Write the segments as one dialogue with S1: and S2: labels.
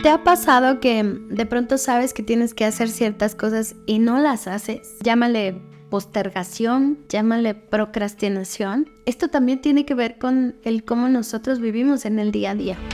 S1: ¿Te ha pasado que de pronto sabes que tienes que hacer ciertas cosas y no las haces? Llámale postergación, llámale procrastinación. Esto también tiene que ver con el cómo nosotros vivimos en el día a día.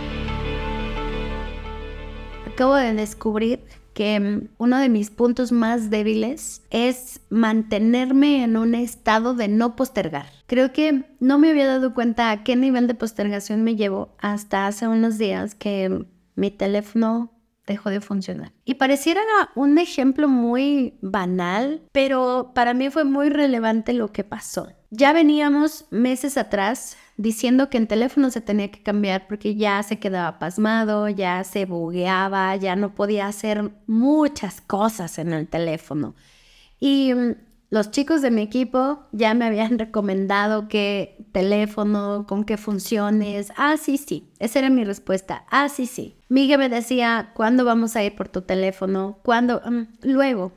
S1: Acabo de descubrir que uno de mis puntos más débiles es mantenerme en un estado de no postergar. Creo que no me había dado cuenta a qué nivel de postergación me llevo hasta hace unos días que mi teléfono dejó de funcionar. Y pareciera un ejemplo muy banal, pero para mí fue muy relevante lo que pasó. Ya veníamos meses atrás diciendo que el teléfono se tenía que cambiar porque ya se quedaba pasmado, ya se bugueaba, ya no podía hacer muchas cosas en el teléfono. Y los chicos de mi equipo ya me habían recomendado qué teléfono, con qué funciones. Sí. Esa era mi respuesta. Sí. Miguel me decía, ¿cuándo vamos a ir por tu teléfono? ¿Cuándo? Luego.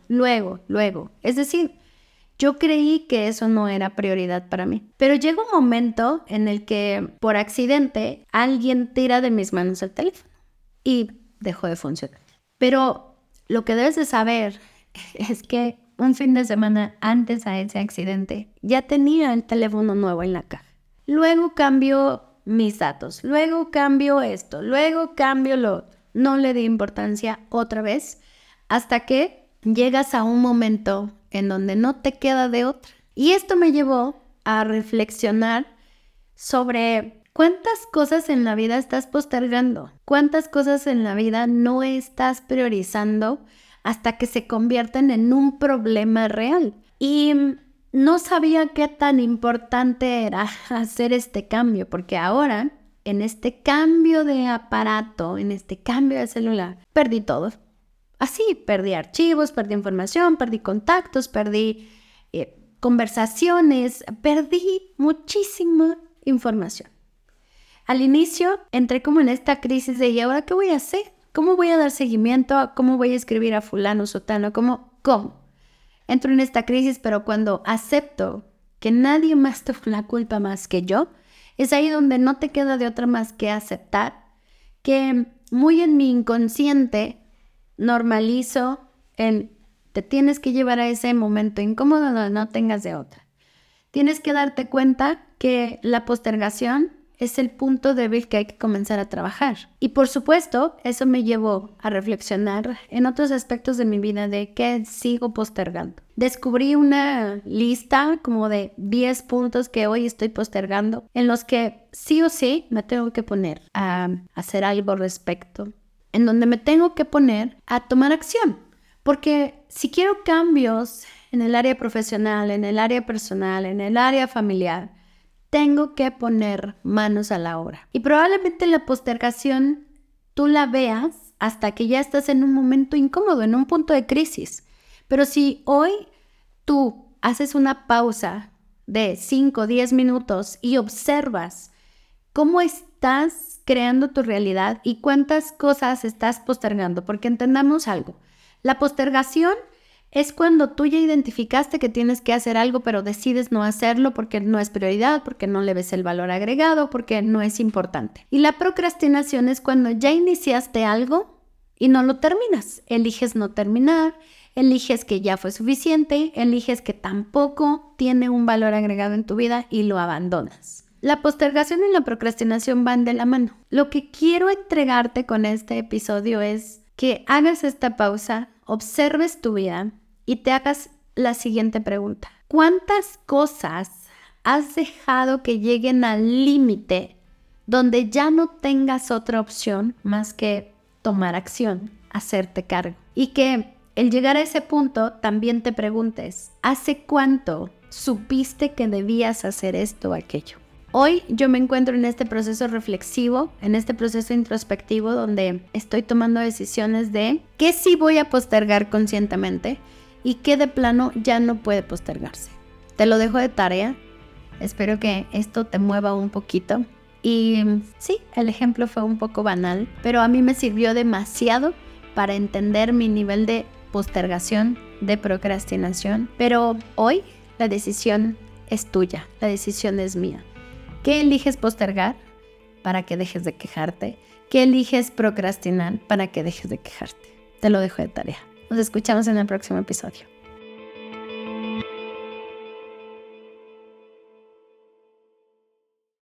S1: Es decir, yo creí que eso no era prioridad para mí. Pero llega un momento en el que, por accidente, alguien tira de mis manos el teléfono y dejó de funcionar. Pero lo que debes de saber es que un fin de semana antes a ese accidente ya tenía el teléfono nuevo en la caja. Luego cambio mis datos, luego cambio esto, luego cambio lo otro. No le di importancia otra vez hasta que llegas a un momento en donde no te queda de otra. Y esto me llevó a reflexionar sobre cuántas cosas en la vida estás postergando, cuántas cosas en la vida no estás priorizando hasta que se convierten en un problema real. Y no sabía qué tan importante era hacer este cambio, porque ahora, en este cambio de aparato, en este cambio de celular, perdí todo. Perdí archivos, perdí información, perdí contactos, perdí conversaciones, perdí muchísima información. Al inicio entré como en esta crisis de ¿y ahora qué voy a hacer? ¿Cómo voy a dar seguimiento? ¿Cómo voy a escribir a fulano, sotano? ¿Cómo? Entro en esta crisis, pero cuando acepto que nadie más tuvo la culpa más que yo, es ahí donde no te queda de otra más que aceptar que muy en mi inconsciente normalizo te tienes que llevar a ese momento incómodo donde no tengas de otra. Tienes que darte cuenta que la postergación es el punto débil que hay que comenzar a trabajar. Y por supuesto, eso me llevó a reflexionar en otros aspectos de mi vida de qué sigo postergando. Descubrí una lista como de 10 puntos que hoy estoy postergando, en los que sí o sí me tengo que poner a hacer algo al respecto, en donde me tengo que poner a tomar acción. Porque si quiero cambios en el área profesional, en el área personal, en el área familiar, tengo que poner manos a la obra. Y probablemente la postergación tú la veas hasta que ya estás en un momento incómodo, en un punto de crisis. Pero si hoy tú haces una pausa de 5 o 10 minutos y observas cómo estás creando tu realidad y cuántas cosas estás postergando, porque entendamos algo, la postergación es cuando tú ya identificaste que tienes que hacer algo, pero decides no hacerlo porque no es prioridad, porque no le ves el valor agregado, porque no es importante. Y la procrastinación es cuando ya iniciaste algo y no lo terminas. Eliges no terminar, eliges que ya fue suficiente, eliges que tampoco tiene un valor agregado en tu vida y lo abandonas. La postergación y la procrastinación van de la mano. Lo que quiero entregarte con este episodio es que hagas esta pausa, observes tu vida y te hagas la siguiente pregunta. ¿Cuántas cosas has dejado que lleguen al límite donde ya no tengas otra opción más que tomar acción, hacerte cargo? Y que el llegar a ese punto también te preguntes, ¿hace cuánto supiste que debías hacer esto o aquello? Hoy yo me encuentro en este proceso reflexivo, en este proceso introspectivo donde estoy tomando decisiones de qué sí voy a postergar conscientemente y qué de plano ya no puede postergarse. Te lo dejo de tarea, espero que esto te mueva un poquito. Y sí, el ejemplo fue un poco banal, pero a mí me sirvió demasiado para entender mi nivel de postergación, de procrastinación. Pero hoy la decisión es tuya, la decisión es mía. ¿Qué eliges postergar para que dejes de quejarte? ¿Qué ¿Qué eliges procrastinar para que dejes de quejarte? Te lo dejo de tarea. Nos escuchamos en el próximo episodio.